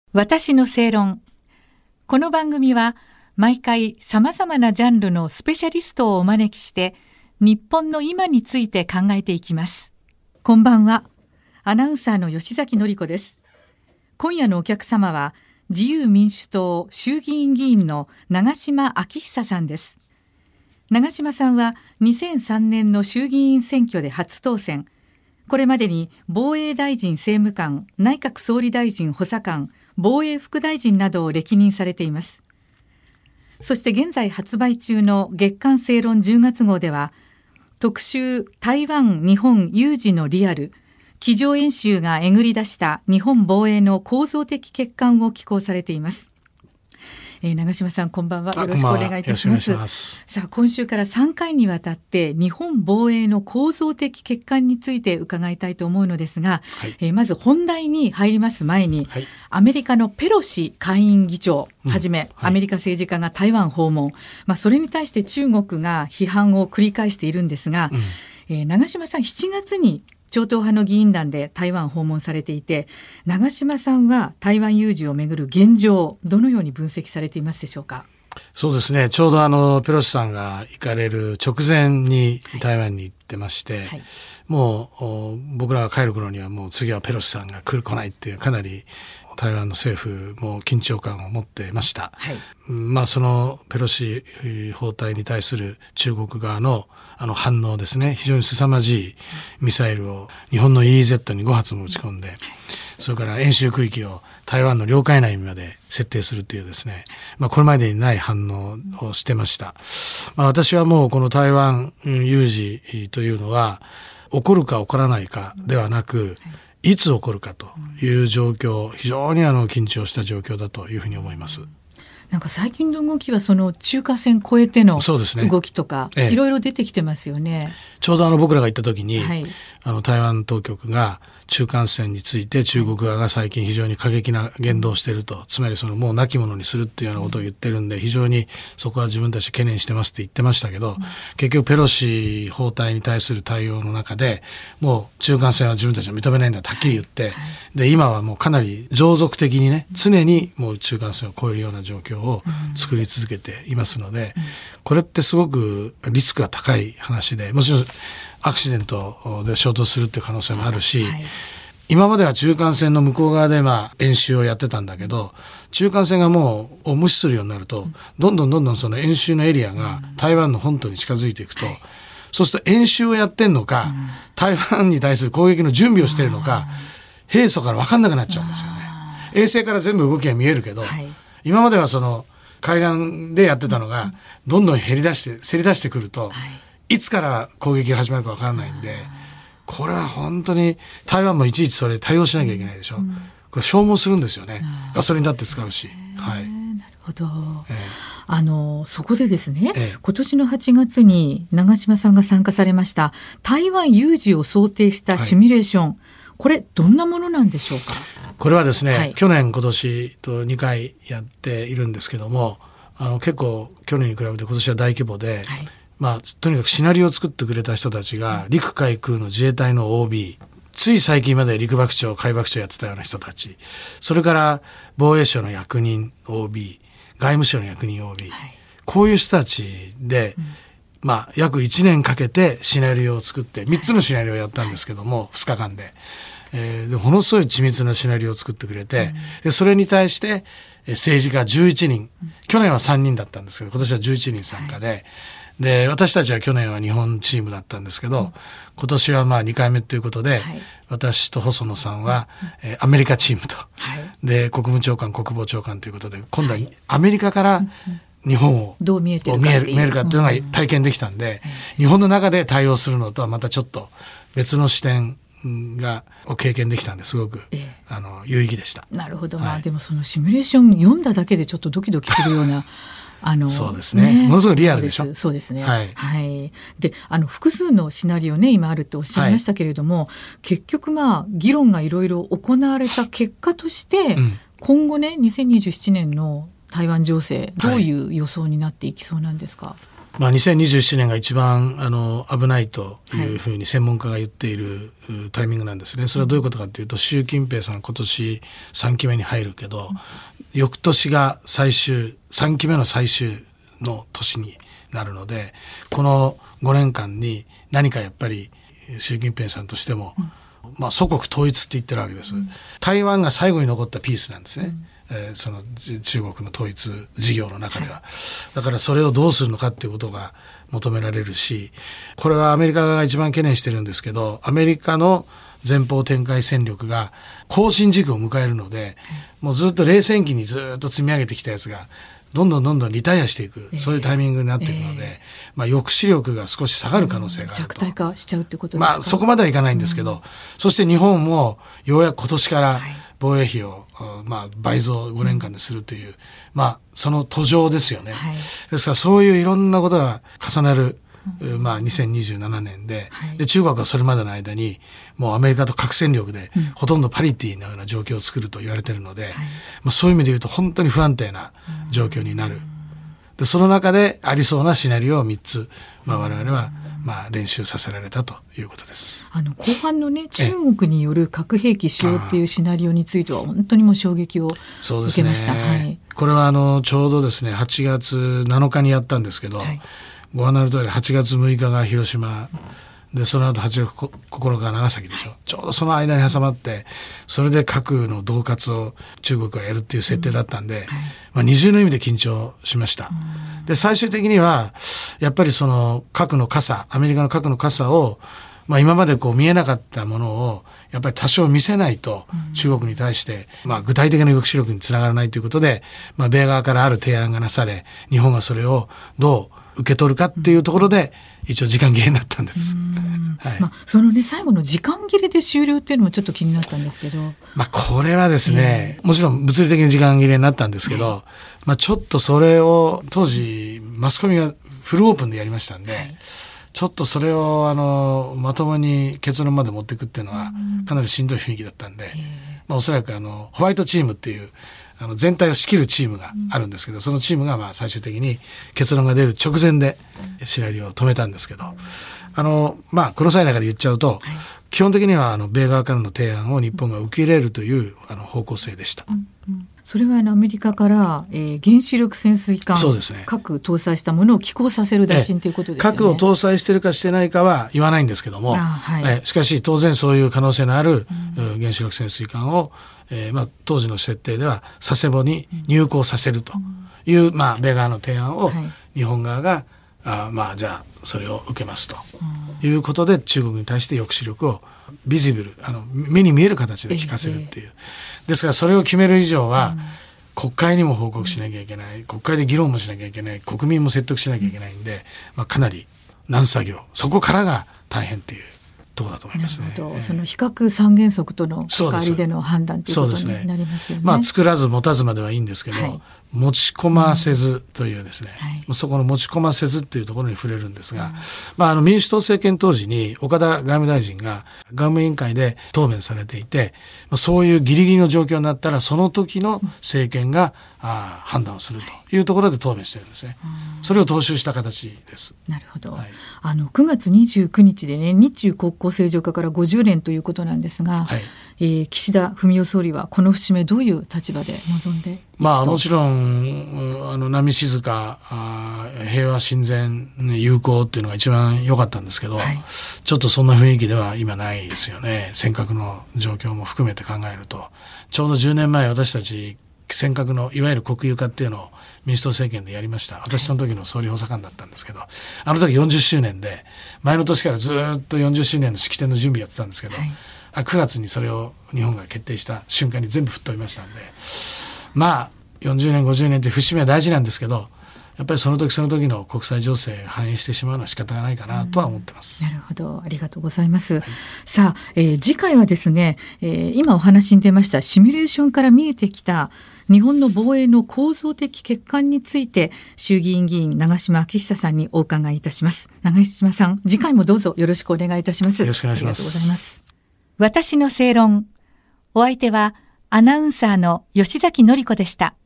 私の正論。この番組は毎回様々なジャンルのスペシャリストをお招きして日本の今について考えていきます。こんばんは。アナウンサーの吉崎紀子です。今夜のお客様は自由民主党衆議院議員の長島昭久さんです。長島さんは2003年の衆議院選挙で初当選。これまでに防衛大臣政務官、内閣総理大臣補佐官、防衛副大臣などを歴任されています。そして現在発売中の月刊正論10月号では、特集台湾日本有事のリアル、机上演習がえぐり出した日本防衛の構造的欠陥を寄稿されています。長島さん、こんばんは。よろしくお願いいたします。さあ、今週から3回にわたって日本防衛の構造的欠陥について伺いたいと思うのですが、はい、まず本題に入ります前に、はい、アメリカのペロシ下院議長はじめ、アメリカ政治家が台湾訪問、それに対して中国が批判を繰り返しているんですが、長島さん、7月に超党派の議員団で台湾を訪問されていて、長島さんは台湾有事をめぐる現状、どのように分析されていますでしょうか。 そうですね、ちょうどペロシさんが行かれる直前に台湾に行ってまして、はい、もう僕らが帰る頃にはもう次はペロシさんが来ないっていう、かなり台湾の政府も緊張感を持ってました、はい。そのペロシ訪台に対する中国側の反応ですね、非常に凄まじいミサイルを日本の EEZ に5発も撃ち込んで、それから演習区域を台湾の領海内まで設定するというですね、これまでにない反応をしてました。私はもうこの台湾有事というのは起こるか起こらないかではなく、いつ起こるかという状況、非常に緊張した状況だというふうに思います。 なんか最近の動きはその中華線越えての動きとか、いろいろ出てきてますよね。 ちょうど僕らが行った時に、はい、台湾当局が中間線について中国側が最近非常に過激な言動をしていると、つまりもう亡き者にするっていうようなことを言ってるんで、非常にそこは自分たち懸念してますって言ってましたけど、結局ペロシ訪台に対する対応の中で、もう中間線は自分たちは認めないんだとはっきり言って、で今はもうかなり常続的にね、常にもう中間線を越えるような状況を作り続けていますので、これってすごくリスクが高い話で、もちろんアクシデントで衝突するっていう可能性もあるし、はい、今までは中間線の向こう側で演習をやってたんだけど、中間線がもう無視するようになると、どんどんその演習のエリアが台湾の本島に近づいていくと、そうすると演習をやってんのか、台湾に対する攻撃の準備をしているのか、平素から分かんなくなっちゃうんですよね。衛星から全部動きが見えるけど、今までは海岸でやってたのがどんどんせり出してくると、いつから攻撃が始まるか分からないんで、これは本当に台湾もいちいちそれ対応しなきゃいけないでしょ。これ消耗するんですよね。ガソリンだって使うし。はい。 なるほど。そこでですね、今年の8月に長島さんが参加されました台湾有事を想定したシミュレーション、これどんなものなんでしょうか。 これはですね、去年今年と2回やっているんですけども、結構去年に比べて今年は大規模で、とにかくシナリオを作ってくれた人たちが陸海空の自衛隊の OB、 つい最近まで陸幕長海幕長やってたような人たち、それから防衛省の役人 OB、 外務省の役人 OB、こういう人たちで、約1年かけてシナリオを作って3つのシナリオをやったんですけども、2日間でものすごい緻密なシナリオを作ってくれて、でそれに対して政治家11人、去年は3人だったんですけど、今年は11人参加で、で私たちは去年は日本チームだったんですけど、今年は2回目ということで、私と細野さんは、アメリカチームと、で国務長官国防長官ということで、今度はアメリカから日本をどう見えるかっていうのが体験できたんで、日本の中で対応するのとはまたちょっと別の視点を経験できたんですごく、有意義でした。 なるほど。でもそのシミュレーション読んだだけでちょっとドキドキするようなそうですね。ものすごいリアルでしょ。 そうですね。で、複数のシナリオね、今あるっておっしゃいましたけれども、結局議論がいろいろ行われた結果として、今後ね、2027年の台湾情勢、どういう予想になっていきそうなんですか。 2027年が一番危ないというふうに専門家が言っているタイミングなんですね。それはどういうことかというと、習近平さん今年3期目に入るけど、翌年が3期目の最終の年になるので、この5年間に何かやっぱり習近平さんとしても、祖国統一って言ってるわけです。台湾が最後に残ったピースなんですね。その中国の統一事業の中では。だからそれをどうするのかっていうことが求められるし、これはアメリカが一番懸念してるんですけど、アメリカの前方展開戦力が更新軸を迎えるので、もうずっと冷戦期にずっと積み上げてきたやつが、どんどんリタイアしていく、そういうタイミングになっていくので、抑止力が少し下がる可能性があると。 弱体化しちゃうってことですか？ そこまではいかないんですけど、そして日本もようやく今年から防衛費を、倍増5年間でするという、その途上ですよね。ですからそういういろんなことが重なる、2027年で、中国はそれまでの間にもうアメリカと核戦力でほとんどパリティのような状況を作ると言われているので、そういう意味で言うと本当に不安定な状況になる。で、その中でありそうなシナリオを3つ、我々は練習させられたということです。 後半のね、中国による核兵器使用っていうシナリオについては本当にもう衝撃を受けました。 これはちょうどですね、8月7日にやったんですけど、ご案内の通り8月6日が広島で、その後8月9日が長崎でしょ。ちょうどその間に挟まって、それで核の恫喝を中国がやるっていう設定だったんで、二重の意味で緊張しました。で、最終的にはやっぱりその核の傘、アメリカの核の傘を、今まで見えなかったものをやっぱり多少見せないと中国に対して、具体的な抑止力につながらないということで、米側からある提案がなされ、日本がそれをどう受け取るかっていうところで一応時間切れになったんです。 そのね、最後の時間切れで終了っていうのもちょっと気になったんですけど、 これはですね、もちろん物理的に時間切れになったんですけど、ちょっとそれを当時マスコミがフルオープンでやりましたんで、ちょっとそれをまともに結論まで持っていくっていうのはかなりしんどい雰囲気だったんで、おそらくホワイトチームっていう全体を仕切るチームがあるんですけど、そのチームが最終的に結論が出る直前でシナリオを止めたんですけど、この際だから言っちゃうと、基本的には米側からの提案を日本が受け入れるという方向性でした。 それはアメリカから、原子力潜水艦、核搭載したものを寄港させる打診ということですよね。 核を搭載してるかしてないかは言わないんですけども、しかし当然そういう可能性のある、原子力潜水艦を、当時の設定では佐世保に入港させるという、米側の提案を日本側が、じゃあそれを受けますということで、中国に対して抑止力をビジブル、目に見える形で効かせるっていう。ですからそれを決める以上は、国会にも報告しなきゃいけない、国会で議論もしなきゃいけない、国民も説得しなきゃいけないんで、かなり難作業、そこからが大変っていうところだと思いますね。 その非核三原則との関わりでの判断ということになりますよね。 作らず持たずまではいいんですけど、持ち込ませずというですね、そこの持ち込ませずっていうところに触れるんですが、民主党政権当時に岡田外務大臣が外務委員会で答弁されていて、そういうギリギリの状況になったらその時の政権が判断をするというところで答弁してるんですね。それを踏襲した形です。 なるほど。9月29日でね、日中国交正常化から50年ということなんですが、岸田文雄総理はこの節目どういう立場で臨んでいくと？ もちろん波静か平和親善友好っていうのが一番良かったんですけど、ちょっとそんな雰囲気では今ないですよね。尖閣の状況も含めて考えると、ちょうど10年前私たち尖閣のいわゆる国有化っていうのを民主党政権でやりました。私その時の総理補佐官だったんですけど、あの時40周年で前の年からずっと40周年の式典の準備やってたんですけど、9月にそれを日本が決定した瞬間に全部吹っ飛びましたんで、40年50年って節目は大事なんですけど、やっぱりその時その時の国際情勢が反映してしまうのは仕方がないかなとは思ってます。 なるほど、ありがとうございます。さあ、次回はですね、今お話に出ましたシミュレーションから見えてきた日本の防衛の構造的欠陥について、衆議院議員長島昭久さんにお伺いいたします。長島さん、次回もどうぞよろしくお願いいたします。 よろしくお願いします。 ありがとうございます。 私の正論。お相手はアナウンサーの吉崎典子でした。